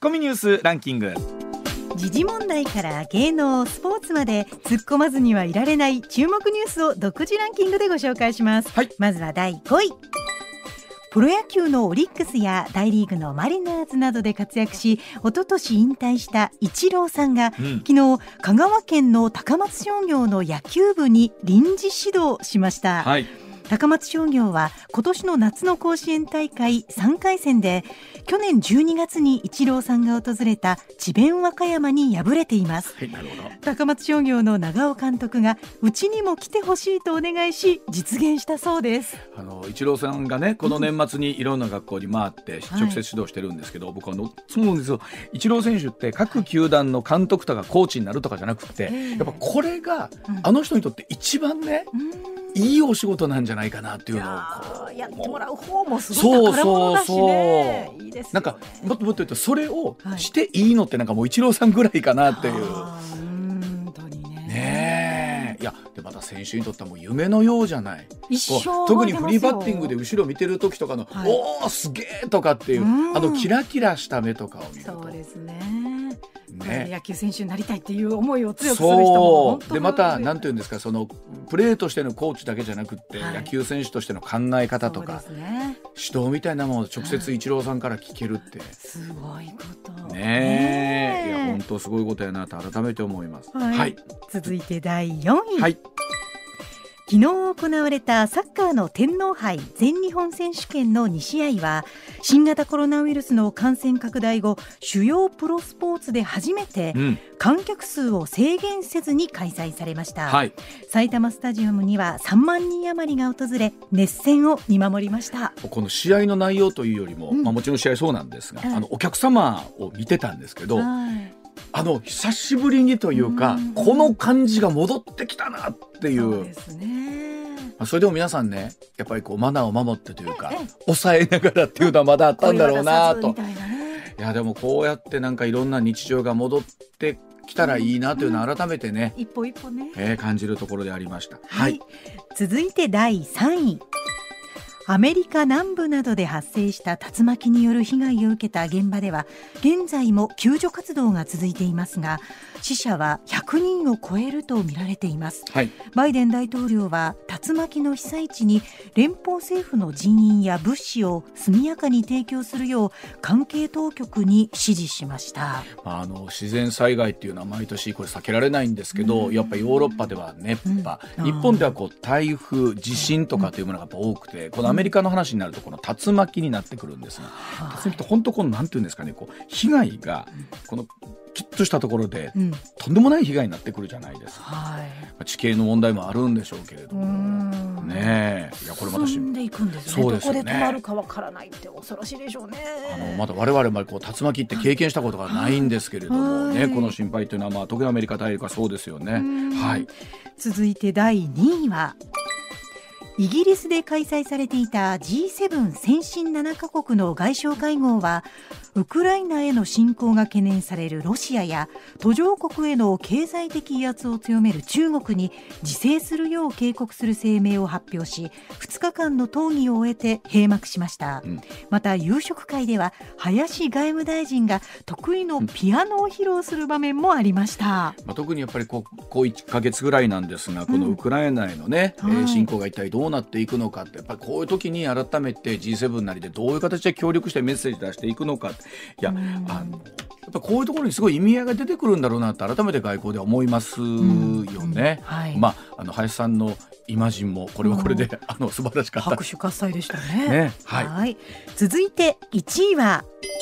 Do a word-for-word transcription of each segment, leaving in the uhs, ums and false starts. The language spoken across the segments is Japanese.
コミニュースランキング。 時事問題から芸能スポーツまで突っ込まずにはいられない注目ニュースを独自ランキングでご紹介します、 はい、 まずはだいごい。プロ野球のオリックスや大リーグのマリナーズなどで活躍し、一昨年引退したイチローさんが、うん、昨日香川県の高松商業の野球部に臨時指導しました、はい、高松商業は今年の夏の甲子園大会さんかい戦で去年じゅうにがつにイチローさんが訪れた智弁和歌山に敗れています、はい、なるほど。高松商業の長尾監督がうちにも来てほしいとお願いし実現したそうです。 あのイチローさんがねこの年末にいろんな学校に回って直接指導してるんですけど、はい、僕はのそう思うんですよ。イチロー選手って各球団の監督とかコーチになるとかじゃなくて、やっぱこれがあの人にとって一番ね、うん、いいお仕事なんじゃないかなっていうのをこうやってもらう方もすごい宝物だしね。 そうそうそう、いいですよ。なんかもっともっと言うとそれをしていいのってなんかもうイチローさんぐらいかなっていう、はい、 本当に ね, ねいやでまた選手にとってはもう夢のようじゃない。 一生特にフリーバッティングで後ろ見てる時とかの、はい、おーすげーとかっていう、あのキラキラした目とかを見るとそうですね。ね、野球選手になりたいっていう思いを強くする人も本当でまたなんていうんですか、そのプレーとしてのコーチだけじゃなくって、はい、野球選手としての考え方とか、ね、指導みたいなものを直接イチローさんから聞けるって、はい、 すごいことねえ、いや本当すごいことやなと改めて思います、 はいはい、続いてだいよんい、はい、昨日行われたサッカーの天皇杯全日本選手権のにしあいは新型コロナウイルスの感染拡大後主要プロスポーツで初めて観客数を制限せずに開催されました、はい、埼玉スタジアムにはさんまんにん余りが訪れ熱戦を見守りました。 この試合の内容というよりも、うんまあ、もちろん試合そうなんですが、はい、あのお客様を見てたんですけど、はいあの久しぶりにというか、うん、この感じが戻ってきたなっていう。 そうですね。 まあ、それでも皆さんねやっぱりこうマナーを守ってというか抑えながらっていうのはまだあったんだろうなと、ね、いやでもこうやってなんかいろんな日常が戻ってきたらいいなというのを改めてね、 うんうん、一歩一歩ね、 えー、感じるところでありました、 はいはい、続いてだいさんい。アメリカ南部などで発生した竜巻による被害を受けた現場では現在も救助活動が続いていますが死者はひゃくにんを超えると見られています、はい、バイデン大統領は竜巻の被災地に連邦政府の人員や物資を速やかに提供するよう関係当局に指示しました。 あの自然災害っていうのは毎年これ避けられないんですけど、うん、やっぱりヨーロッパでは熱波、うん、日本ではこう台風地震とかというものが多くて、このアメリカの話になるとこの竜巻になってくるんですが、うん、竜巻って本当このなんていうんですかね、こう被害がこのきっとしたところで、うん、とんでもない被害になってくるじゃないですか、はい、地形の問題もあるんでしょうけれどもねえ、いやこれまた進んでいくんですね。そうですよね。どこで止まるかわからないって恐ろしいでしょうね。 あのまだ我々もこう竜巻って経験したことがないんですけれどもね、この心配というのは、まあ、特にアメリカ大陸はそうですよね、はい、 続いてだいにいはイギリスで開催されていた ジーセブン 先進ななカ国の外相会合はウクライナへの侵攻が懸念されるロシアや途上国への経済的威圧を強める中国に自制するよう警告する声明を発表しふつかかんの討議を終えて閉幕しました、うん、また夕食会では林外務大臣が得意のピアノを披露する場面もありました、 まあ、特にやっぱりこう、こういっかげつぐらいなんですが、このウクライナへの、ねうんえー、侵攻が一体どうなっていくのかって、やっぱりこういう時に改めて ジーセブン なりでどういう形で協力してメッセージ出していくのか、いや、うん、あのやっぱこういうところにすごい意味合いが出てくるんだろうなって改めて外交では思いますよね、うんうんはいまあ、あの林さんのイマジンもこれはこれで、うん、あの素晴らしかった。 拍手喝采でした ね, ね、はい、 はい続いていちいは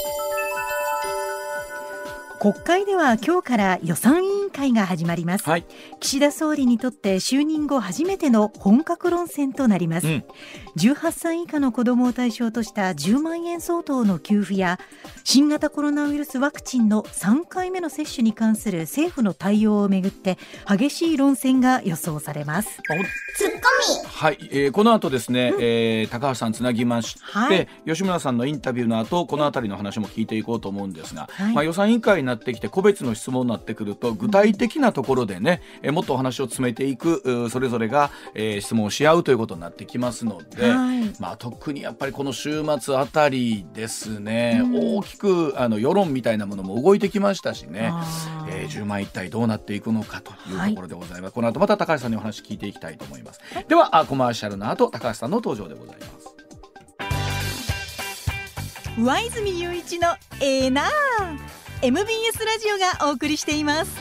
国会では今日から予算委員会が始まります、はい、岸田総理にとって就任後初めての本格論戦となります、うん、じゅうはっさい以下の子どもを対象としたじゅうまんえん相当の給付や新型コロナウイルスワクチンのさんかいめの接種に関する政府の対応をめぐって激しい論戦が予想されます。 ツッコミ、 はいえー、この後ですね、うんえー、高橋さんつなぎまして、はい、吉村さんのインタビューの後このあたりの話も聞いていこうと思うんですが、はいまあ、予算委員会になってきて個別の質問になってくると具体題的なところでね、えー、もっとお話を詰めていく、それぞれが、えー、質問をし合うということになってきますので、はい、まあ、特にやっぱりこの週末あたりですね、うん、大きくあの世論みたいなものも動いてきましたしね、えー、じゅうまん一体どうなっていくのかというところでございます、はい、この後また高橋さんにお話聞いていきたいと思います。ではあコマーシャルの後、高橋さんの登場でございます。 上泉雄一のエーナー エムビーエス ラジオがお送りしています。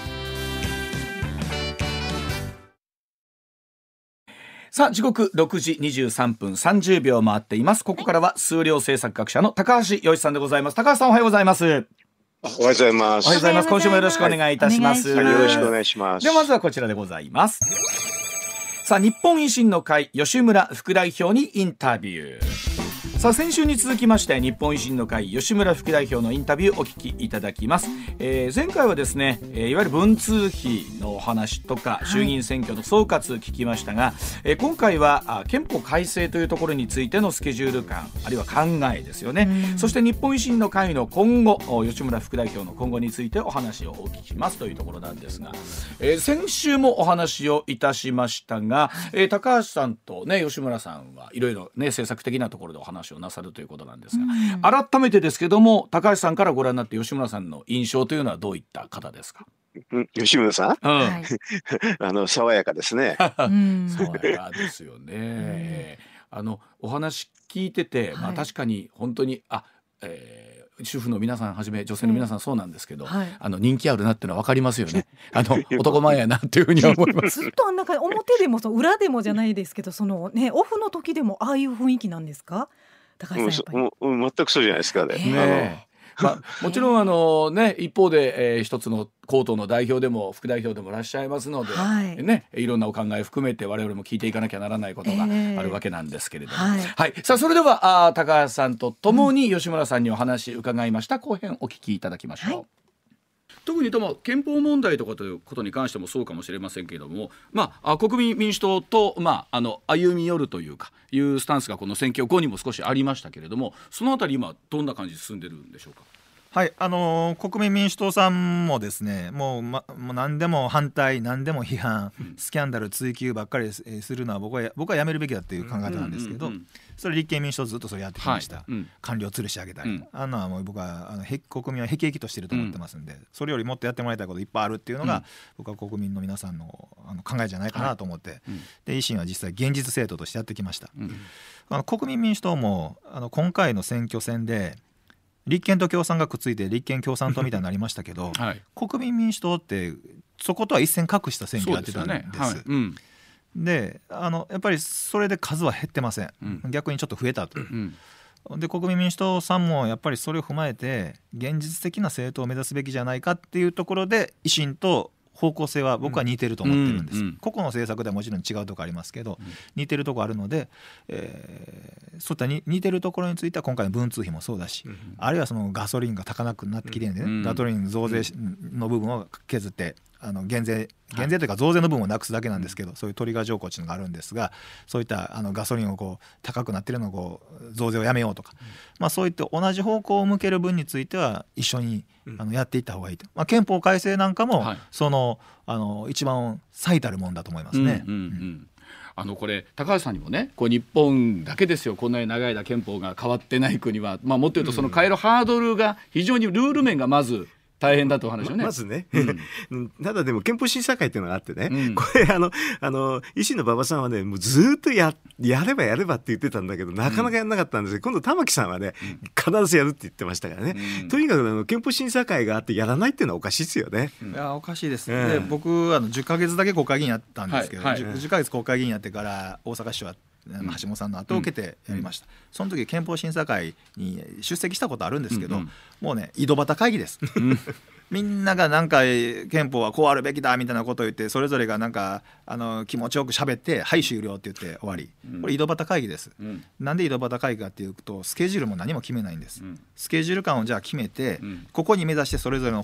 さあ時刻ろくじにじゅうさんぷんさんじゅうびょう回っています。ここからは数量政策学者の高橋洋一さんでございます。高橋さん、おはようございます。 おはようございます。 おはようございます。今週もよろしくお願いいたします。 よろしくお願いします。 ではまずはこちらでございます。さあ日本維新の会吉村副代表にインタビュー。さあ先週に続きまして日本維新の会吉村副代表のインタビューお聞きいただきます。えー、前回はですね、えー、いわゆる文通費のお話とか衆議院選挙の総括聞きましたが、はい、えー、今回はあ憲法改正というところについてのスケジュール感あるいは考えですよね。そして日本維新の会の今後吉村副代表の今後についてお話をお聞きしますというところなんですが、えー、先週もお話をいたしましたが、えー、高橋さんと、ね、吉村さんはいろいろ、ね、政策的なところでお話をなさるということなんですが、うん、改めてですけども高橋さんからご覧になって吉村さんの印象というのはどういった方ですか？ うん、吉村さん、うん、あの爽やかですね。 爽やかですよね。あのお話聞いてて、まあ、確かに本当にあ、えー主婦の皆さんはじめ女性の皆さんそうなんですけど、うん、はい、あの人気あるなっていうのは分かりますよね。あの男前やなっていうふうには思います。 ずっとあんな表でもその裏でもじゃないですけど、その、ね、オフの時でもああいう雰囲気なんですか？高橋さんやっぱり、 もう全くそうじゃないですかね。 ねまあ、もちろんあの、ね、一方で、えー、一つの公党の代表でも副代表でもいらっしゃいますので、はいね、いろんなお考え含めて我々も聞いていかなきゃならないことがあるわけなんですけれども、えーはいはい、さあそれではあ高橋さんとともに吉村さんにお話伺いました。後編お聞きいただきましょう。はい、特にとも憲法問題とかということに関してもそうかもしれませんけれども、まあ、国民民主党と、まあ、あの歩み寄るというかいうスタンスがこの選挙後にも少しありましたけれども、そのあたり今どんな感じで進んでるんでしょうか？ はい、あのー、国民民主党さんもですね、もう、ま、もう何でも反対何でも批判、うん、スキャンダル追及ばっかりするのは僕は僕はやめるべきだっていう考え方なんですけど、うんうんうん、それ立憲民主党ずっとそれやってきました、はい、うん、官僚を吊るし上げたり、うん、あのはもう僕はあの国民はへきへきとしてると思ってますんで、うん、それよりもっとやってもらいたいこといっぱいあるっていうのが、うん、僕は国民の皆さんの、あの考えじゃないかなと思って、はい、うん、で維新は実際現実政党としてやってきました、うん、あの国民民主党もあの今回の選挙戦で立憲と共産がくっついて立憲共産党みたいになりましたけど、はい、国民民主党ってそことは一線画した選挙やってたんです。そうですよね。はい、うん、であのやっぱりそれで数は減ってません、うん、逆にちょっと増えたと、うん、で国民民主党さんもやっぱりそれを踏まえて現実的な政党を目指すべきじゃないかっていうところで維新と方向性は僕は似てると思ってるんです、うんうん、個々の政策ではもちろん違うところありますけど、うん、似てるところあるので、えー、そういったに似てるところについては今回の文通費もそうだし、うん、あるいはそのガソリンが高くなってきてるんでね、うん、ガソリン増税の部分を削ってあの減税減税というか増税の分をなくすだけなんですけど、はい、そういうトリガー条項というのがあるんですが、そういったあのガソリンをこう高くなっているのをこう増税をやめようとか、うん、まあ、そういった同じ方向を向ける分については一緒にあのやっていった方がいいと、まあ、憲法改正なんかも、はい、そのあの一番最たるもんだと思いますね。うんうんうん、 あのこれ高橋さんにもね、こう日本だけですよ、こんなに長い間憲法が変わってない国は、まあ、もっと言うとその変えるハードルが非常にルール面がまず大変だとお話をね、 ま, まずね、うん、ただでも憲法審査会っていうのがあってね、うん、これあのあの維新の馬場さんはねもうずっと や, やればやればって言ってたんだけどなかなかやらなかったんですけど、うん、今度玉木さんはね、うん、必ずやるって言ってましたからね、うん、とにかくあの憲法審査会があってやらないっていうのはおかしいですよね、 うん、いやおかしいです、うん、で僕あのじゅっかげつだけ国会議員やったんですけど、はいはい、じゅっかげつ国会議員やってから大阪市は橋本さんの後を受けてやりました、うん、その時憲法審査会に出席したことあるんですけど、うんうん、もうね井戸端会議です、うん、みんながなんか憲法はこうあるべきだみたいなことを言って、それぞれがなんかあの気持ちよく喋ってはい終了って言って終わり、うん、これ井戸端会議です、うん、なんで井戸端会議かっていうとスケジュールも何も決めないんです、うん、スケジュール感をじゃあ決めて、うん、ここに目指してそれぞれの方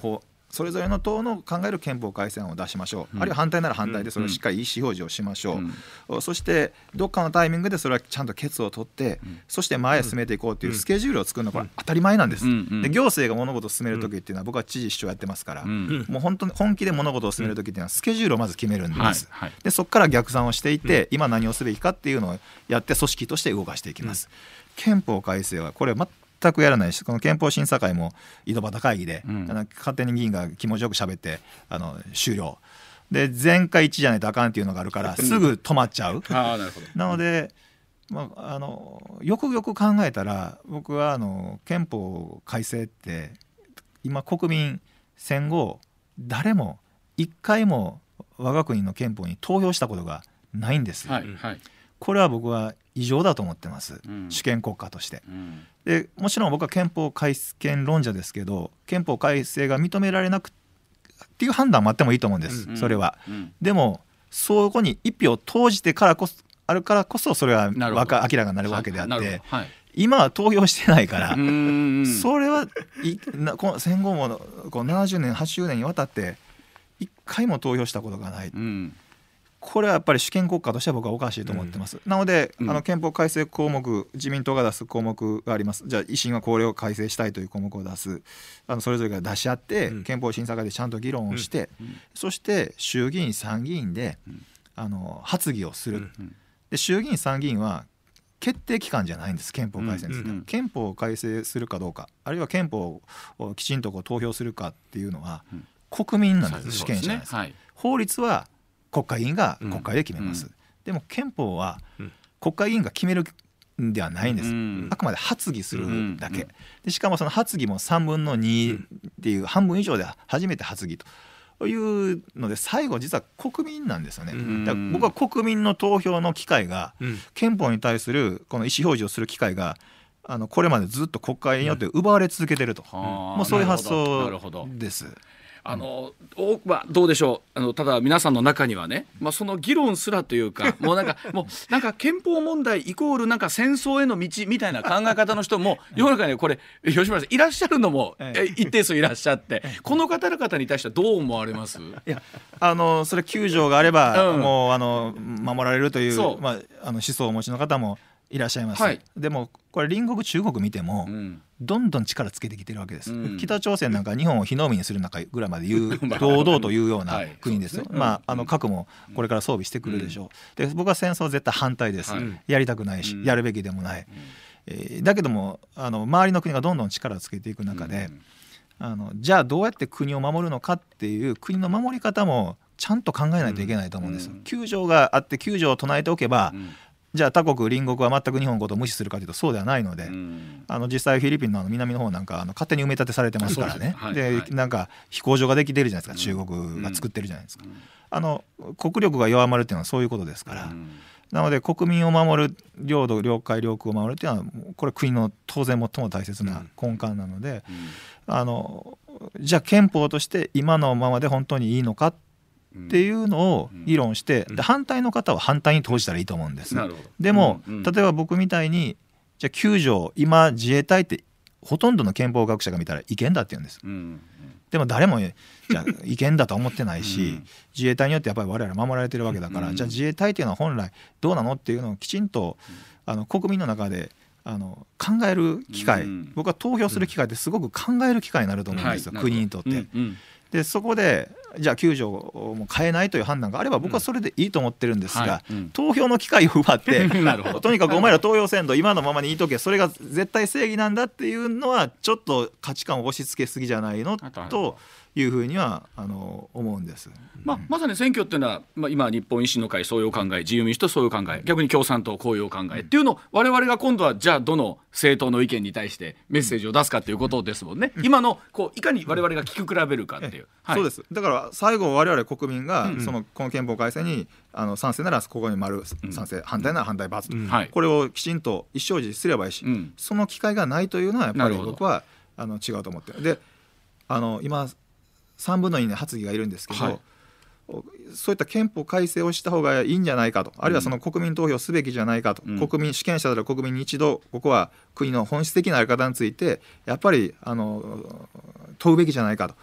それぞれの党の考える憲法改正案を出しましょう、うん、あるいは反対なら反対でそれをしっかり意思表示をしましょう、うん、そしてどっかのタイミングでそれはちゃんと決を取って、うん、そして前へ進めていこうというスケジュールを作るのはこれ当たり前なんです、うん、で行政が物事を進めるときっていうのは僕は知事市長やってますから、うん、もう本当に本気で物事を進めるときっていうのはスケジュールをまず決めるんです、はいはい、でそこから逆算をしていて、うん、今何をすべきかっていうのをやって組織として動かしていきます、うん、憲法改正はこれは全くやらないし、この憲法審査会も井戸端会議で、うん、勝手に議員が気持ちよく喋ってあの終了で全会一致じゃないとあかんっていうのがあるからすぐ止まっちゃうあ、なるほど。 なので、まあ、あのよくよく考えたら僕はあの憲法改正って今国民戦後誰も一回も我が国の憲法に投票したことがないんです、 はいはい、 これは僕は異常だと思ってます、うん、主権国家として、うん、でもちろん僕は憲法改憲論者ですけど憲法改正が認められなくっていう判断もあってもいいと思うんです、うん、それは、うん、でもそこに一票投じてからこそあるからこそそれは明らかになるわけであって、はいはい、今は投票してないからそれはいなこの戦後もこうななじゅうねんはちじゅうねんにわたって一回も投票したことがない、うん、これはやっぱり主権国家としては僕はおかしいと思ってます、うん、なので、うん、あの憲法改正項目自民党が出す項目があります。じゃあ維新はこれを改正したいという項目を出す、あのそれぞれが出し合って、うん、憲法審査会でちゃんと議論をして、うん、そして衆議院参議院で、うん、あの発議をする、うん、で衆議院参議院は決定機関じゃないんです。憲法改正ですね、うんうんうん、憲法を改正するかどうかあるいは憲法をきちんとこう投票するかっていうのは、うん、国民なんです。主権者なんです、はい、法律は国会議員が国会で決めます、うん、でも憲法は国会議員が決めるんではないんです、うん、あくまで発議するだけ、うん、でしかもその発議もさんぶんのにっていう半分以上で初めて発議というので最後実は国民なんですよね、うん、だから僕は国民の投票の機会が、うん、憲法に対するこの意思表示をする機会があのこれまでずっと国会によって奪われ続けてると、うん、もうそういう発想です。 あの多くはどうでしょう。あのただ皆さんの中にはね、まあ、その議論すらというかもうなんかもうなんか憲法問題イコールなんか戦争への道みたいな考え方の人も世の中にはこれ吉村さんいらっしゃるのも一定数いらっしゃってこの方々に対してはどう思われます？ いやあのそれきゅう条があれば、うん、もうあの守られるという、まあ、あの思想をお持ちの方もいらっしゃいます、はい、でもこれ隣国中国見ても、うん、どんどん力つけてきてるわけです、うん、北朝鮮なんか日本を火の海にする中ぐらいまで言う堂々というような国ですよ、はい、まあ、あの核もこれから装備してくるでしょう、うん、で僕は戦争は絶対反対です、はい、やりたくないし、うん、やるべきでもない、うんえー、だけどもあの周りの国がどんどん力をつけていく中で、うん、あのじゃあどうやって国を守るのかっていう国の守り方もちゃんと考えないといけないと思うんです、うん、きゅう条があってきゅう条を唱えておけば、うんじゃあ他国隣国は全く日本のことを無視するかというとそうではないので、うん、あの実際フィリピンのあの南の方なんかあの勝手に埋め立てされてますからね。で、はいはい、なんか飛行場ができてるじゃないですか、うん、中国が作ってるじゃないですか、うん、あの国力が弱まるっていうのはそういうことですから、うん、なので国民を守る領土領海領空を守るっていうのはこれ国の当然最も大切な根幹なので、うん、あのじゃあ憲法として今のままで本当にいいのかっていうのを議論して、うん、で反対の方は反対に投じたらいいと思うんです。なるほど。でも、うんうん、例えば僕みたいにじゃあきゅう条今自衛隊ってほとんどの憲法学者が見たら違憲だって言うんです、うんうん、でも誰もじゃあ違憲だとは思ってないし、うん、自衛隊によってやっぱり我々守られてるわけだから、うん、じゃあ自衛隊っていうのは本来どうなのっていうのをきちんと、うん、あの国民の中であの考える機会、うん、僕は投票する機会ってすごく考える機会になると思うんですよ、はい、国にとって、うんうんでそこでじゃあきゅう条をも変えないという判断があれば僕はそれでいいと思ってるんですが、うんはいうん、投票の機会を奪ってとにかくお前ら投票せんと今のままにいいとけそれが絶対正義なんだっていうのはちょっと価値観を押し付けすぎじゃないのというふうにはあの思うんです、 まあ、まさに選挙っていうのは、まあ、今日本維新の会そういう考え自由民主党そういう考え逆に共産党こういう考えっていうのを我々が今度はじゃあどの政党の意見に対してメッセージを出すかということですもんね。今のこういかに我々が聞き比べるかっていう、 はい、そうですだから最後我々国民がそのこの憲法改正にあの賛成ならここに丸賛成、うん、反対なら反対×と、うん、これをきちんと意思表示すればいいし、うん、その機会がないというのはやっぱり僕はあの違うと思ってる。であの今さんぶんのに発議がいるんですけど、はい、そういった憲法改正をした方がいいんじゃないかとあるいはその国民投票すべきじゃないかと、うん、国民主権者である国民に一度ここは国の本質的な在り方についてやっぱりあの問うべきじゃないか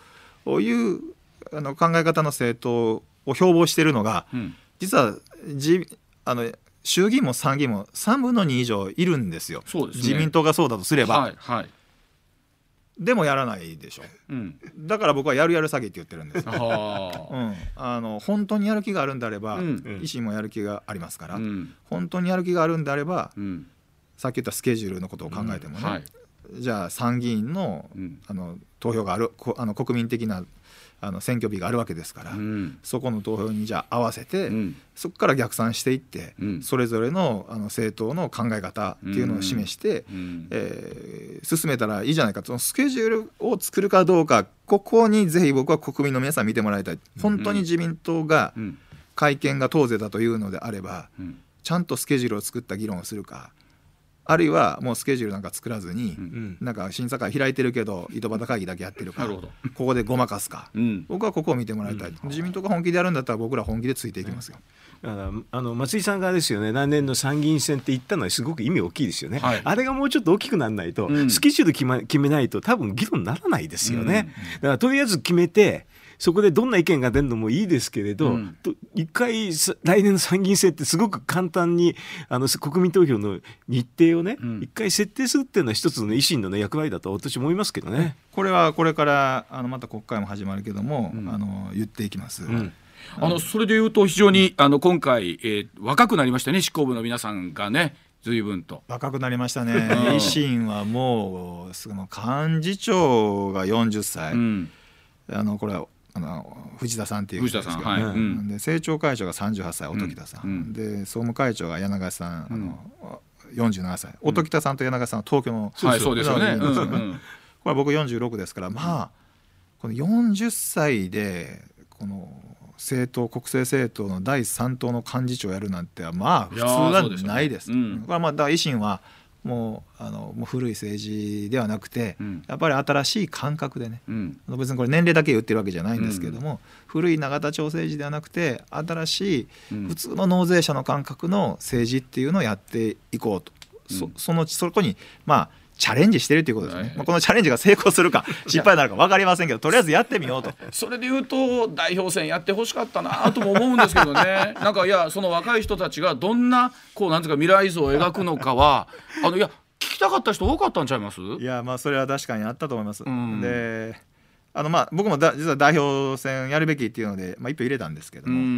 いうあの考え方の政党を標榜しているのが、うん、実はじあの衆議院も参議院もさんぶんのに以上いるんですよ。 そうですね、 自民党がそうだとすれば、 はいはい、 でもやらないでしょ、うん、だから僕はやるやる詐欺って言ってるんです、うん、あの本当にやる気があるんであれば、うん、維新もやる気がありますから、うん、本当にやる気があるんであれば、うん、さっき言ったスケジュールのことを考えてもね、うんはい、じゃあ参議院 の,、うん、あの投票があるあの国民的なあの選挙日があるわけですから、うん、そこの投票にじゃあ合わせて、うん、そこから逆算していって、うん、それぞれ の, あの政党の考え方っていうのを示して、うんえー、進めたらいいじゃないかと。そのスケジュールを作るかどうか、ここにぜひ僕は国民の皆さん見てもらいたい。本当に自民党が改憲が当是だというのであれば、うん、ちゃんとスケジュールを作った議論をするか、あるいはもうスケジュールなんか作らずに、うん、なんか審査会開いてるけど井戸端会議だけやってるかここでごまかすか、うん、僕はここを見てもらいたい、うん、自民党が本気でやるんだったら僕ら本気でついていきますよ、 うん、だからあの松井さんがですよね、来年の参議院選って言ったのはすごく意味大きいですよね、はい、あれがもうちょっと大きくならないと、うん、スケジュール決、ま、決めないと多分議論にならないですよね、うん、だからとりあえず決めてそこでどんな意見が出るのもいいですけれど、うん、一回来年の参議院選ってすごく簡単にあの国民投票の日程をね、うん、一回設定するっていうのは一つの維新の、ね、役割だと私思いますけどね。 これはこれからあのまた国会も始まるけども、うん、あの言っていきます、うん、 あのそれでいうと非常にあの今回、えー、若くなりましたね、執行部の皆さんがね、随分と若くなりましたね維新はもうその幹事長がよんじゅっさい、うん、あのこれはあの藤田さんっていう人ですけど、ね、はいうん、で政調会長がさんじゅうはっさい音喜多さん、うん、で総務会長が柳川さん、うん、あのよんじゅうななさい、音喜多さんと柳川さんは東京の、 はい、そうですよね、うんうん、 これ僕よんじゅうろくですから、まあこのよんじゅっさいでこの政党国政政党のだいさん党の幹事長をやるなんてまあ普通はないです。これはまあだから維新はもうあのもう古い政治ではなくて、うん、やっぱり新しい感覚でね、うん、別にこれ年齢だけ言ってるわけじゃないんですけども、うん、古い永田町政治ではなくて新しい普通の納税者の感覚の政治っていうのをやっていこうと、うん、そ, そのそこにまあチャレンジしてるということですね、はいまあ、このチャレンジが成功するか失敗になるか分かりませんけどとりあえずやってみようと。 それでいうと代表選やってほしかったなとも思うんですけどねなんかいやその若い人たちがどんなこうなんていうか未来像を描くのかはあのいや聞きたかった人多かったんちゃいます？ いやまあそれは確かにあったと思います、うん、であのまあ僕もだ実は代表選やるべきっていうので、まあ、一票入れたんですけども、うん、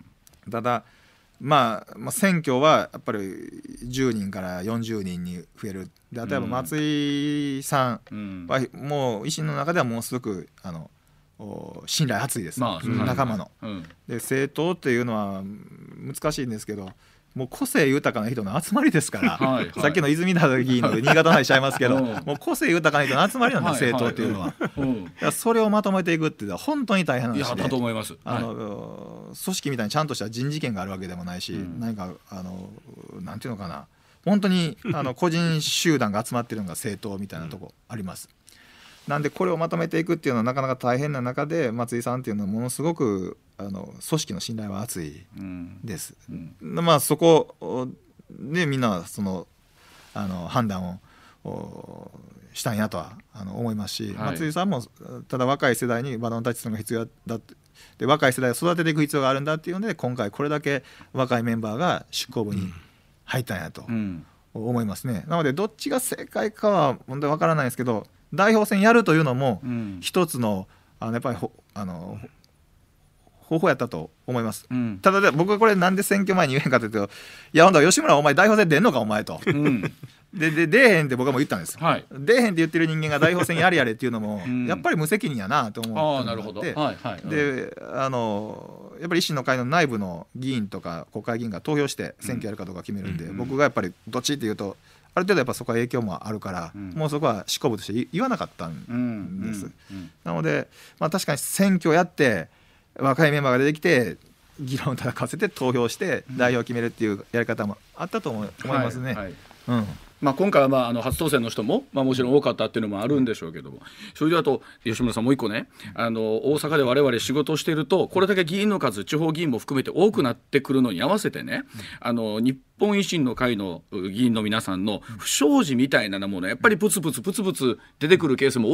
ただまあ、まあ選挙はやっぱりじゅうにんからよんじゅうにんに増える。で例えば松井さんはもう維新の中ではもうすごくあの信頼厚いです、まあ、仲間の、うん、で政党っていうのは難しいんですけどもう個性豊かな人の集まりですから、はいはい、さっきの泉田議員の新潟の話しちゃいますけど、うん、もう個性豊かな人の集まりなんだ、はいはい、政党っていうのは、うん、だからそれをまとめていくっていうのは本当に大変な話で、いやだと思います、あの、はい、組織みたいにちゃんとした人事権があるわけでもないし、うん、何かあのなんていうのかな本当にあの個人集団が集まってるのが政党みたいなとこあります。なんでこれをまとめていくっていうのはなかなか大変な中で松井さんっていうのはものすごくあの組織の信頼は厚いです、うんうん、まあそこでみんなそのあの判断をしたんやとはあの思いますし、はい、松井さんもただ若い世代にバトンタッチするのが必要だで若い世代を育てていく必要があるんだっていうので今回これだけ若いメンバーが執行部に入ったんやと思いますね。なのでどっちが正解かは本当に分からないですけど代表選やるというのも一つの、あのやっぱりあの方法やったと思います、うん、ただで僕はこれなんで選挙前に言えんかというといやほんと吉村お前代表選出んのかお前と、うん、でで出えへんって僕はもう言ったんです、はい、出えへんって言ってる人間が代表選やれやれっていうのも、うん、やっぱり無責任やなと思ってあなるほど、はいはい、であのやっぱり維新の会の内部の議員とか国会議員が投票して選挙やるかどうか決めるんで、うん、僕がやっぱりどっちっていうとある程度やっぱそこは影響もあるから、うん、もうそこは執行部として言わなかったんです、うんうんうん、なので、まあ、確かに選挙やって若いメンバーが出てきて議論を戦わせて投票して代表を決めるっていうやり方もあったと思いますね、はいはいうんまあ、今回はまああの初当選の人もまあもちろん多かったっていうのもあるんでしょうけども、それであと吉村さんもう一個ねあの大阪で我々仕事をしているとこれだけ議員の数地方議員も含めて多くなってくるのに合わせてねあの日本維新の会の議員の皆さんの不祥事みたいなものやっぱりプツプツプツプツ出てくるケースも多く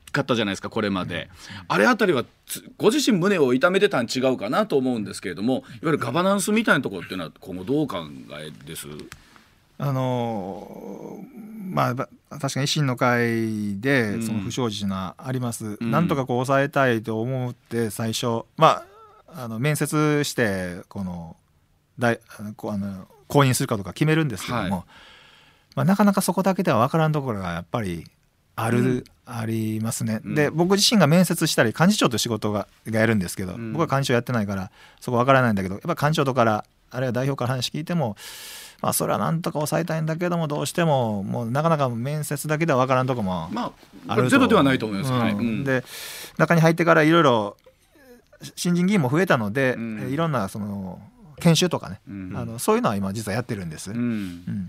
かったじゃないですかこれまで、うん、あれあたりはご自身胸を痛めてたん違うかなと思うんですけれども、いわゆるガバナンスみたいなところっていうのは今後どうお考えです？ あのー、まあ確かに維新の会でその不祥事があります、うん、なんとかこう抑えたいと思って最初、まあ、あの面接してこの大あのこうあの公認するかどうか決めるんですけども、はい、まあ、なかなかそこだけでは分からんところがやっぱりある、うん、ありますね、うん、で僕自身が面接したり幹事長という仕事が、がやるんですけど、うん、僕は幹事長やってないからそこ分からないんだけど、やっぱ幹事長とからあるいは代表から話聞いても、まあ、それはなんとか抑えたいんだけどもどうしてももうなかなか面接だけでは分からんとこもあると、まあ、 ゼロではないと思います、うん、はい、うん、 で中に入ってからいろいろ新人議員も増えたので、うん、いろんなその研修とかね、うん、あのそういうのは今実はやってるんです、うんうん、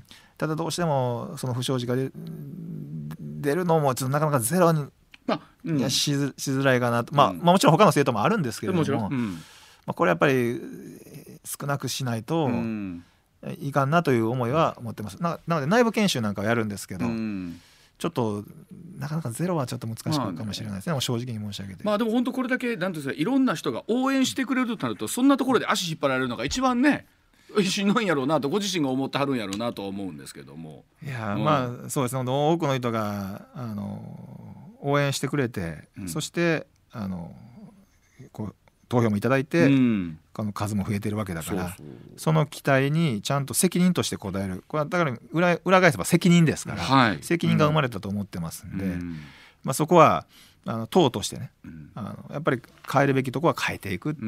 ただどうしてもその不祥事が出るのもちょっとなかなかゼロに、まあうん、いや し, づしづらいかなと、まあ、まあもちろん他の政党もあるんですけれども、もちろん、うん、まあ、これやっぱり少なくしないといかんなという思いは持ってます。 な, なので内部研修なんかをやるんですけど、うん、ちょっとなかなかゼロはちょっと難しいかもしれないですね、まあ、正直に申し上げて、 まあでも本当これだけなんていうんですか、いろんな人が応援してくれるとなるとそんなところで足引っ張られるのが一番ねしんどいんやろうなとご自身が思ってはるんやろうなとは思うんですけども、 いや、うん、まあそうですね、多くの人があの応援してくれて、うん、そしてあのこう投票もいただいて、うん、この数も増えてるわけだから、そうそう、その期待にちゃんと責任として応える、これはだから 裏, 裏返せば責任ですから、はい、責任が生まれたと思ってますんで、うん、まあ、そこはあの党としてね、うん、あのやっぱり変えるべきところは変えていく、うん、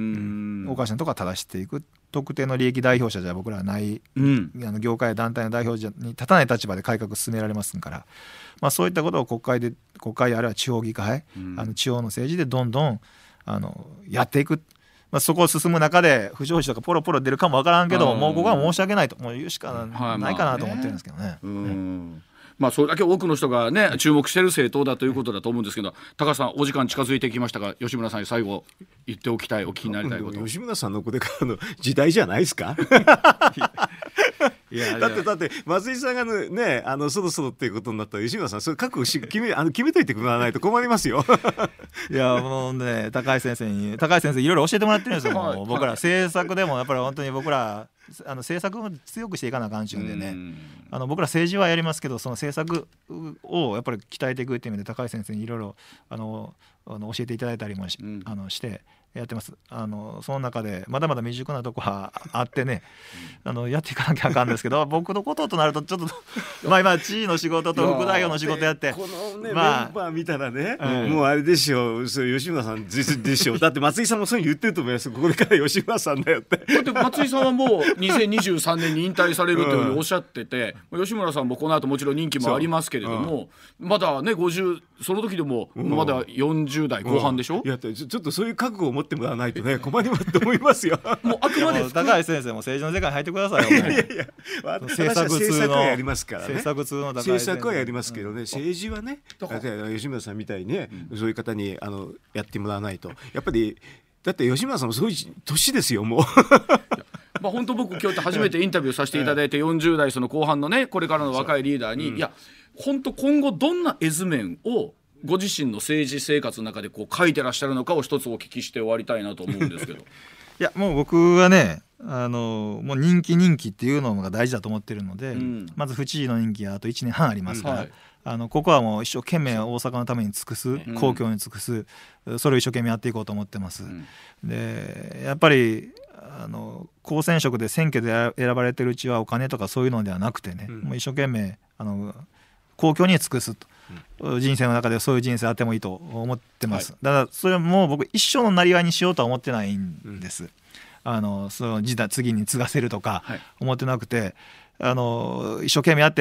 おかしなところは正していく、特定の利益代表者じゃ僕らはない、うん、あの業界や団体の代表者に立たない立場で改革を進められますから、まあ、そういったことを国会で国会あるいは地方議会、うん、あの地方の政治でどんどんあのやっていく、まあ、そこを進む中で不祥事とかポロポロ出るかもわからんけど、もうここは申し訳ないともう言うしかないかなと思ってるんですけどね。はい、まあね、うん、 まあ、それだけ多くの人がね注目している政党だということだと思うんですけど、高橋さんお時間近づいてきましたが、吉村さんに最後言っておきたいお気になりたいこと。 吉村さんのこれからの時代じゃないですかいやいやだってだって松井さんがね、あのそろそろっていうことになったら吉村さんそれ覚悟し決めあの決めといてもらわないと困りますよいやもうね、高橋先生に高橋先生いろいろ教えてもらってるんですよ、はい、もう僕ら政策でもやっぱり本当に僕らあの政策を強くしていかなあかんちゅうんでね、あの僕ら政治はやりますけどその政策をやっぱり鍛えていくっていう意味で高橋先生にいろいろあのあの教えていただいたりも し,、うん、あのしてやってます。あのその中でまだまだ未熟なとこはあってね、うん、あのやっていかなきゃあかんですけど僕のこととなるとちょっっとまあ今地位の仕事と副代表の仕事やってこのね、まあ、メンバー見たらね、うん、もうあれでしょう、それ吉村さんでしょうだって松井さんもそういうの言ってると思います。これから吉村さんだよってだって松井さんはもうにせんにじゅうさんねんに引退されるというふうにおっしゃってて、うん、吉村さんもこの後もちろん任期もありますけれども、うん、まだねごじゅうその時でもまだよんじゅう代後半でしょ、うん、 いやちょっとそういう覚悟を持ってもらわないとね困りますと思いますよもうあくまで高橋先生も政治の世界に入ってくださいよ、ね、いやいや政策通のやりますからね、 政策通の高橋先生政策はやりますけどね、うん、政治はね吉村さんみたいにね、うん、そういう方にあのやってもらわないとやっぱりだって吉村さんもそういう年ですよもうまあ、本当僕今日初めてインタビューさせていただいてよんじゅう代その後半のねこれからの若いリーダーに、うん、いや本当今後どんな絵図面をご自身の政治生活の中でこう書いてらっしゃるのかを一つお聞きして終わりたいなと思うんですけどいやもう僕はねあのもう人気人気っていうのが大事だと思ってるので、うん、まず府知事の任期はあといちねんはんありますから、うんはい、あのここはもう一生懸命大阪のために尽くす、うん、公共に尽くすそれを一生懸命やっていこうと思ってます、うん、でやっぱりあの公選職で選挙で選ばれてるうちはお金とかそういうのではなくてね、うん、もう一生懸命あの公共に尽くすと、うん、人生の中でそういう人生あってもいいと思ってます、はい、だからそれはもう僕一生のなりわいにしようとは思ってないんです、うん、あのその時代次に継がせるとか思ってなくて、はい、あの一生懸命やって、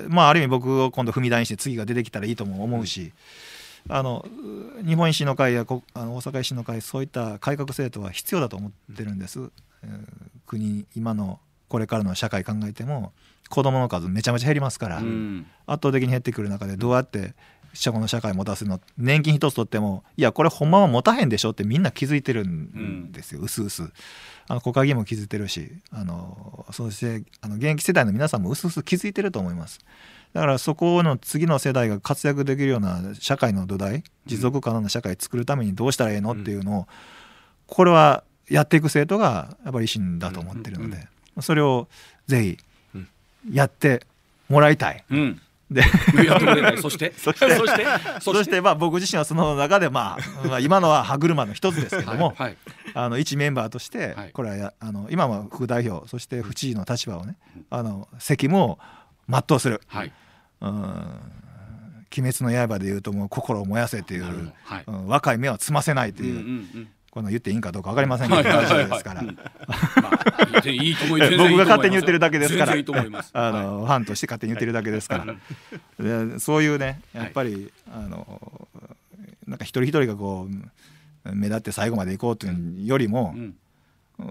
まあ、ある意味僕を今度踏み台にして次が出てきたらいいとも思うし、うん、あの日本維新の会やこあの大阪維新の会そういった改革政党は必要だと思ってるんです、うん、国今のこれからの社会考えても子どもの数めちゃめちゃ減りますから、うん、圧倒的に減ってくる中でどうやってこの社会持たせるの。年金一つとってもいやこれほんまは持たへんでしょってみんな気づいてるんですよ、うすうす。あの国会議員も気づいてるし、あのそしてあの現役世代の皆さんもうすうす気づいてると思います。だからそこの次の世代が活躍できるような社会の土台、持続可能な社会を作るためにどうしたらいいのっていうのを、これはやっていく政党がやっぱり維新だと思ってるので、それをぜひやってもらいたい、うん、でやってくれないそしてそしてそしてそしてまあ僕自身はその中で、まあ、まあ今のは歯車の一つですけども、はいはい、あの一メンバーとしてこれはやあの今は副代表そして府知事の立場をね、あの責務を全うする、はい、うん、鬼滅の刃でいうともう心を燃やせという、はい、うん、若い目はつませないという、うんうんうん、この言っていいんかどうか分かりませんけど大丈夫ですから、僕が勝手に言ってるだけですから、あのファンとして勝手に言ってるだけですからでそういうねやっぱり、はい、あのなんか一人一人がこう目立って最後まで行こうというよりも、うん、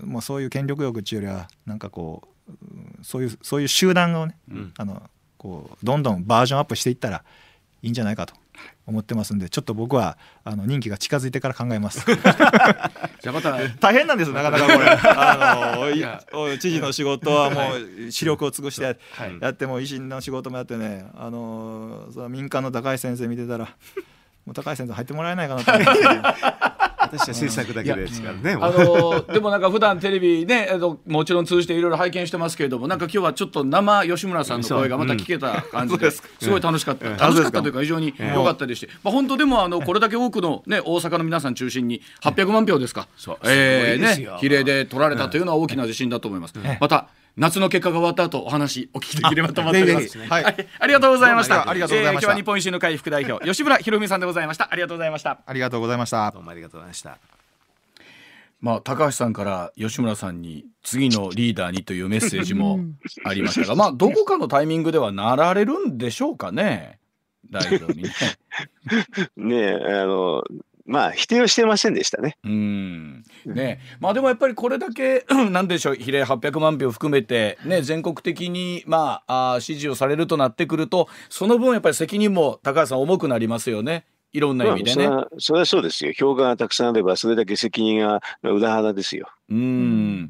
もうそういう権力欲っていうよりはなんかこうそういうそういう集団をね、うん、あのこうどんどんバージョンアップしていったらいいんじゃないかと思ってますんで、ちょっと僕はあの任期が近づいてから考えますじゃあまた大変なんですなかなかこれあの知事の仕事はもう視力を尽くしてやっても維新の仕事もやってね、あのその民間の高橋先生見てたらもう高橋先生入ってもらえないかなと思って私は政策だけですからね。 あのでもなんか普段テレビねもちろん通じていろいろ拝見してますけれども、なんか今日はちょっと生吉村さんの声がまた聞けた感じで、うん、すごい楽しかった、うん、楽しかったというか非常に良かったですし、うん、まあ、本当でもあのこれだけ多くの、ね、大阪の皆さん中心にはっぴゃくまんひょうですか、うん、えーね、比例で取られたというのは大きな自信だと思います、うん、また夏の結果が終わった後お話お聞きできればと思っております。はいはい、ありがとうございました。 ありがとうございました。 えー、今日は日本維新の会副代表吉村洋文さんでございました。ありがとうございました。 ありがとうございました。 どうもありがとうございました。 まあ、高橋さんから吉村さんに次のリーダーにというメッセージもありましたが、まあどこかのタイミングではなられるんでしょうかね、代表にね。 ねえ、あのまあ否定はしてませんでしたね。 うんね、まあでもやっぱりこれだけなんでしょう、比例はっぴゃくまんひょう含めてね全国的にまあ、あ支持をされるとなってくると、その分やっぱり責任も高橋さん重くなりますよね。いろんな意味でね。 まあ、それはそうですよ。票がたくさんあればそれだけ責任が裏腹ですよ。 うん、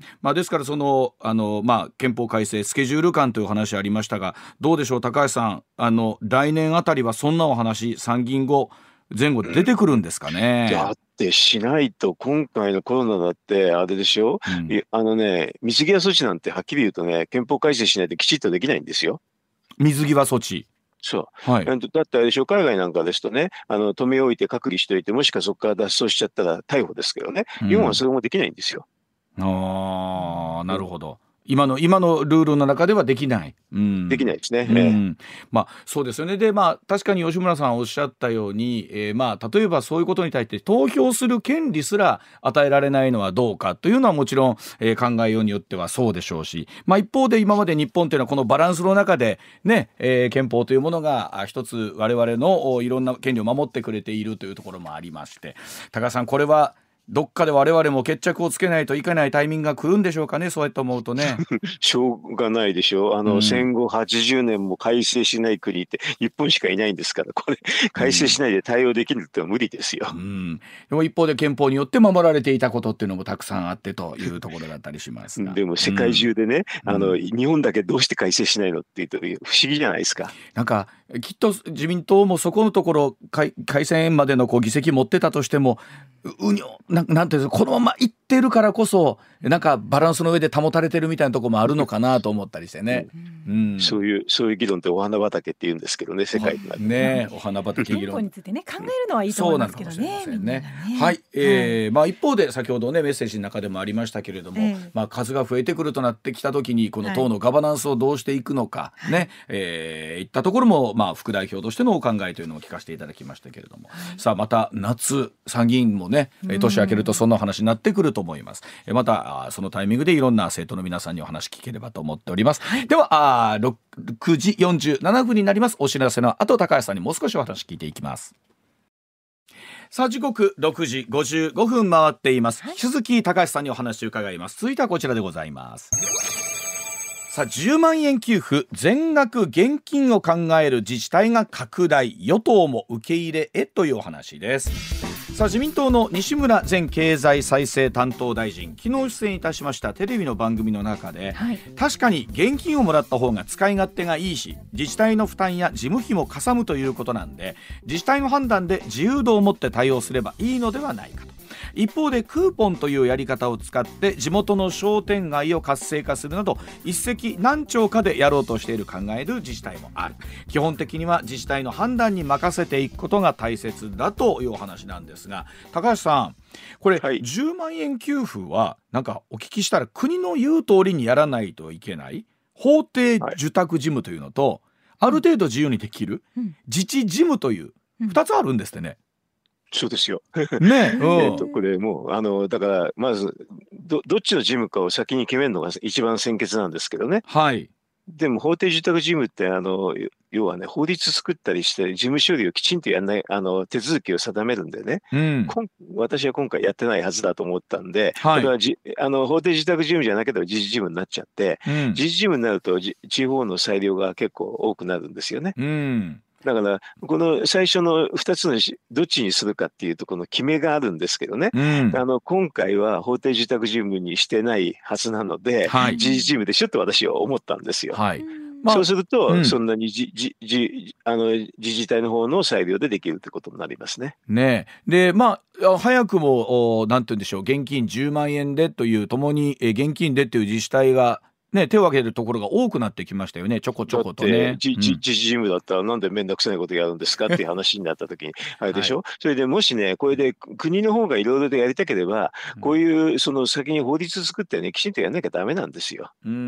まあ、ですからそのあの、まあ、憲法改正スケジュール感という話ありましたが、どうでしょう高橋さん、あの来年あたりはそんなお話参議院後前後で出てくるんですかね。 だってしないと今回のコロナだってあれでしょ、うん、あのね水際措置なんてはっきり言うとね憲法改正しないときちっとできないんですよ。 水際措置、 そう、はい、だってあれでしょ、海外なんかですとね、あの止め置いて隔離しといて、もしかそこから脱走しちゃったら逮捕ですけどね、日本はそれもできないんですよ。 うん、ああ、なるほど。今の今のルールの中ではできない、うん、 できないですね、 うん、えー、まあ、そうですよね。で、まあ、確かに吉村さんおっしゃったように、えーまあ、例えばそういうことに対して投票する権利すら与えられないのはどうかというのはもちろん、えー、考えようによってはそうでしょうし、まあ、一方で今まで日本というのはこのバランスの中で、ね、えー、憲法というものが一つ我々のいろんな権利を守ってくれているというところもありまして、高橋さんこれはどっかで我々も決着をつけないといけないタイミングが来るんでしょうかね。そうやって思うとねしょうがないでしょう。あの、うん、戦後はちじゅうねんも改正しない国って日本しかいないんですから、これ改正しないで対応できるってのは無理ですよ、うん、 でも一方で憲法によって守られていたことっていうのもたくさんあってというところだったりしますがでも世界中でね、うん、あの日本だけどうして改正しないのって言うと不思議じゃないですか。 なんかきっと自民党もそこのところ改選までのこう議席持ってたとしてもうにょななんていうの、このままいってるからこそなんかバランスの上で保たれてるみたいなところもあるのかなと思ったりしてね、 うんうん、そういうそういう議論ってお花畑って言うんですけどね、世界でね、お花畑議論憲法についてね考えるのはいいと思いますけどね。 そうなのかもしれませんね。はい、えーまあ、一方で先ほどねメッセージの中でもありましたけれども、えーまあ、数が増えてくるとなってきた時にこの党のガバナンスをどうしていくのか、はいね、えー、いったところも、まあ、副代表としてのお考えというのを聞かせていただきましたけれども、はい、さあまた夏参議院もね年明けるとそんな話になってくると思います。またそのタイミングでいろんな政党の皆さんにお話聞ければと思っております、はい、ではあくじよんじゅうななふんになります。お知らせの後高橋さんにもう少しお話聞いていきます。さあ時刻ろくじごじゅうごふん回っています、はい、引き続き高橋さんにお話を伺います。続いてはこちらでございます。 さあじゅうまんえん給付全額現金を考える自治体が拡大、与党も受け入れへというお話です。さあ自民党の西村前経済再生担当大臣、昨日出演いたしましたテレビの番組の中で、はい、確かに現金をもらった方が使い勝手がいいし、自治体の負担や事務費もかさむということなんで、自治体の判断で自由度を持って対応すればいいのではないかと。一方でクーポンというやり方を使って地元の商店街を活性化するなど、一石何鳥かでやろうとしている考える自治体もある。基本的には自治体の判断に任せていくことが大切だというお話なんですが、高橋さん、これ、はい、じゅうまんえん給付はなんかお聞きしたら国の言う通りにやらないといけない法定受託事務というのと、はい、ある程度自由にできる自治事務というふたつあるんですってね。 そうですよ。 ね、うん、 えっとこれもうあのだからまず ど, どっちの事務かを先に決めるのが一番先決なんですけどね。 はい。 でも法定受託事務ってあの要はね、法律作ったりして事務処理をきちんとやんないあの手続きを定めるんでね、うん、私は今回やってないはずだと思ったんで、はい、これはじあの法定受託事務じゃなければ自治事務になっちゃって、うん、自治事務になると地方の裁量が結構多くなるんですよね。うん、だからこの最初のふたつのどっちにするかっていうとこの決めがあるんですけどね、うん、あの今回は法定受託事務にしてないはずなので、はい、自治事務でしょって私は思ったんですよ。はい、まあ、そうすると、うん、そんなにじじじあの自治体の方の裁量でできるってことになりますね。 ねえ、でまあ早くもなんて言うんでしょう、現金じゅうまんえんでというともにえ現金でという自治体がね、手を挙げるところが多くなってきましたよね、ちょこちょことね。 自治事務だったらなんで面倒くさいことやるんですかっていう話になった時にあれでしょ、はい、それでもしねこれで国の方がいろいろでやりたければ、うん、こういうその先に法律作ってねきちんとやんなきゃダメなんですよ。うん、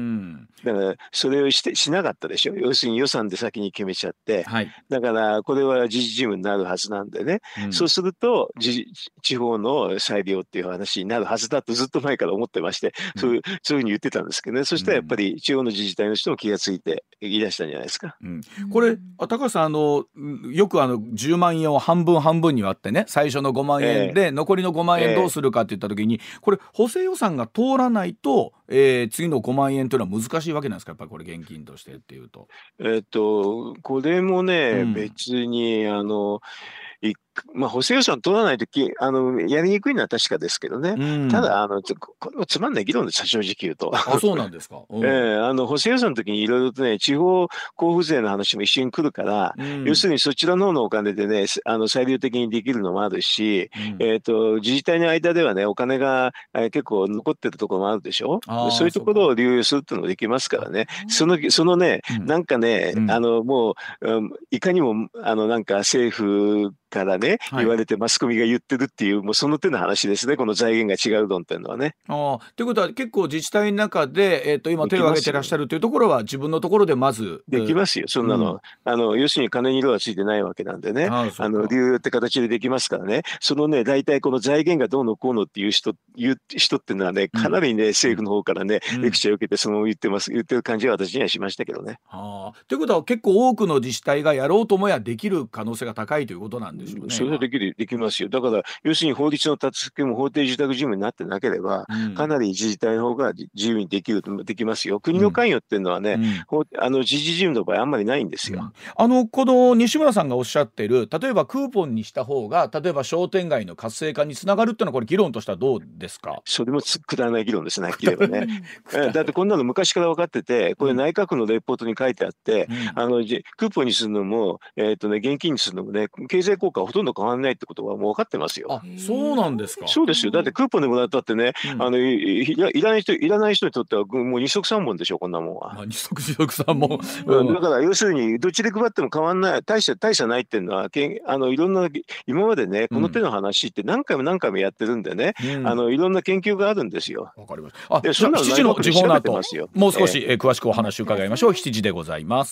だからそれをしてしなかったでしょ。要するに予算で先に決めちゃって、はい、だからこれは自治事務になるはずなんでね、うん、そうすると地方の裁量っていう話になるはずだとずっと前から思ってまして、うん、そういう、そういうふうに言ってたんですけどね。そしてやっぱり地方の自治体の人も気がついて言い出したんじゃないですか。 うん、これ高橋さん、あのよくあのじゅうまんえんを半分半分に割ってね、最初のごまんえんで、えー、残りのごまんえんどうするかって言った時に、えー、これ補正予算が通らないと、えー、次のごまんえんというのは難しいわけなんですか、やっぱりこれ現金としてっていうと。 えー、っとこれもね、うん、別にあのまあ、補正予算取らないときあのやりにくいのは確かですけどね、うん、ただあのこれもつまんない議論です、正直言うと。 あ、そうなんですか。 うん、えー、あの補正予算の時にいろいろとね地方交付税の話も一緒に来るから、うん、要するにそちらの方のお金でねあの裁量的にできるのもあるし、うん、えー、と自治体の間ではねお金が、えー、結構残ってるところもあるでしょ。そういうところを流用するっていうのもできますからね。そのそのね、うん、なんかね、うん、あのもう、うん、いかにもあのなんか政府からね、はい、言われてマスコミが言ってるっていうもうその手の話ですね、この財源が違う論っていうのはね。 あということは結構自治体の中で、えー、と今手を挙げてらっしゃるというところは自分のところでまずできますよ、そんなの、うん、あの要するに金に色はついてないわけなんでね、ああの流用って形でできますからね。そのね大体この財源がどうのこうのっていう人言う人っていうのはねかなりね、うん、政府の方からね、うん、レクチャーを受けてそのまま言ってます言ってる感じは私にはしましたけどね。 あということは結構多くの自治体がやろうともやできる可能性が高いということなんでしょうね。 それはできるできますよ。だから要するに法律の立て付けも法定受託事務になってなければ、うん、かなり自治体の方が自由にできるできますよ。国の関与っていうのはね、うん、あの自治事務の場合あんまりないんですよ。うん、 あのこの西村さんがおっしゃっている例えばクーポンにした方が例えば商店街の活性化につながるっていうのはこれ議論としてはどうですか。 それもくだらない議論ですね、はっきり言えばね。だってこんなの昔から分かってて、これ内閣のレポートに書いてあって、うん、あのクーポンにするのも、えーとね、現金にするのもね経済効果はほとんど変わらないってことはもう分かってますよ。 あ、そうなんですか。 そうですよ。だってクーポンでもらったってね、うん、あの い, い, いらない人いらない人にとってはもう二足三本でしょ、こんなもんは。 まあ、二足二足三本、 うん、だから要するにどっちで配っても変わんない、大差大差ないっていうのはけあのいろんな今までねこの手の話って何回も何回もやってるんでね、うん、あのいろんな研究があるんですよ。 わかりました。あ、しちじの時報の後もう少し、えー、詳しくお話伺いましょう。しちじでございます。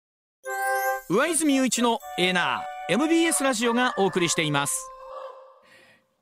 上泉雄一のエーナー エムビーエス ラジオがお送りしています。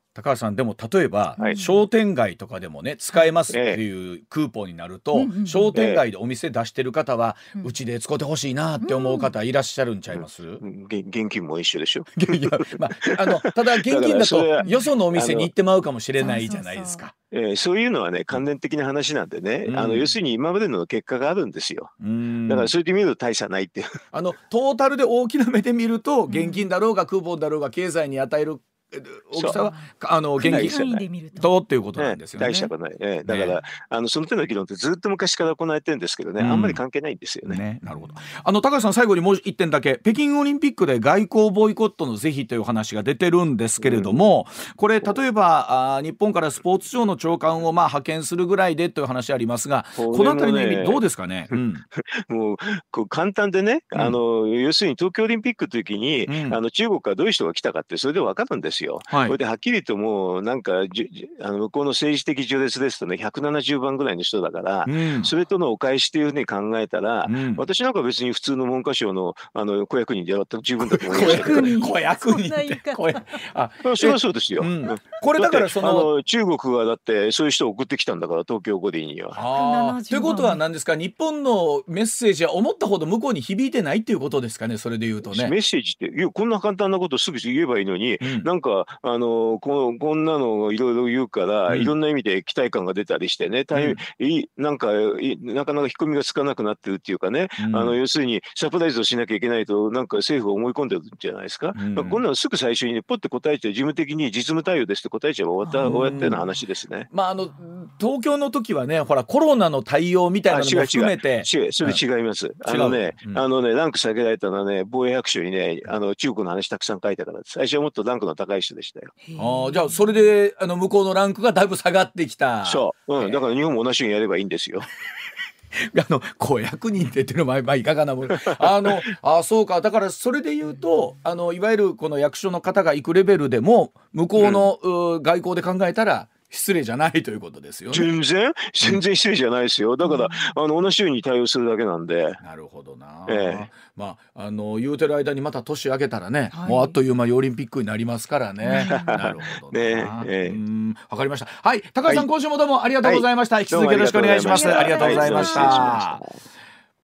高橋さん、でも例えば、はい、商店街とかでもね使えますっていうクーポンになると、ええ、商店街でお店出してる方は、ええ、うちで使ってほしいなって思う方いらっしゃるんちゃいます？うん、 現金も一緒でしょいや、まあ、あのただ現金だとよそのお店に行ってまうかもしれないじゃないですか。 えー、そういうのはね関連的な話なんでね、うん、あの要するに今までの結果があるんですよ。うんだからそれで見ると大差ないっていうあのトータルで大きな目で見ると現金だろうがクーポンだろうが経済に与える大きさはあの現金とっていうことなんですよね。 大したことない、ね、だから、ね、あのその手の議論ってずっと昔から行われてるんですけどね、うん、あんまり関係ないんですよね。ね、 なるほど。あの高橋さん、最後にもう一点だけ、北京オリンピックで外交ボイコットの是非という話が出てるんですけれども、うん、これ例えばあ日本からスポーツ庁の長官をまあ派遣するぐらいでという話ありますが、このあたりの意味どうですかね。うん、 もうこう簡単でね、あの、うん、要するに東京オリンピックの時に、うん、あの中国からどういう人が来たかってそれで分かるんですよ。はい、それではっきりともうなんかあの向こうの政治的序列ですとねひゃくななじゅうばんぐらいの人だから、うん、それとのお返しというふうに考えたら、うん、私なんか別に普通の文科省のあの子役人でやったら十分だと思いましたけど子役人ってこれあそれはそうですよ、うん、 これだからその、 あの中国はだってそういう人を送ってきたんだから東京五輪には。 あということは何ですか、日本のメッセージは思ったほど向こうに響いてないっていうことですかね。それで言うとね、 メッセージっていやこんな簡単なことすぐ言えばいいのに、うん、なんかあのこのこんなのをいろいろ言うから、うん、いろんな意味で期待感が出たりしてね、大変、うん、いなんかいなかなか引っ込みがつかなくなってるっていうかね、うん、あの要するにサプライズをしなきゃいけないとなんか政府を思い込んでるんじゃないですか、うん、こんなのすぐ最初に、ね、ポッて答えて事務的に実務対応ですって答えちゃえば終わった終わったような話ですね。 まああの東京の時はね、ほらコロナの対応みたいなのも含めて違う違う違うそれ違います、うん、あのね、うん、あのねランク下げられたのはね防衛白書にねあの中国の話たくさん書いたからです。最初はもっとランクの高い人でしたよ。 あじゃあそれであの向こうのランクがだいぶ下がってきた。 そう、うん、だから日本も同じようにやればいいんですよ。 あの子役人ってっていうのはまあいかがなものあのあそうか、だからそれで言うとあのいわゆるこの役所の方が行くレベルでも向こうの、うん、外交で考えたら失礼じゃないということですよね。 全然全然失礼じゃないですよ。だから、うん、あの同じように対応するだけなんで。 なるほどな、ええ、まああの言うてる間にまた年明けたらね、はい、もうあっという間にオリンピックになりますからね。なるほどな、ねええ、うんわかりました。はい、高橋さん、はい、今週もどうもありがとうございました、はい、引き続きよろしくお願いします。ありがとうございました。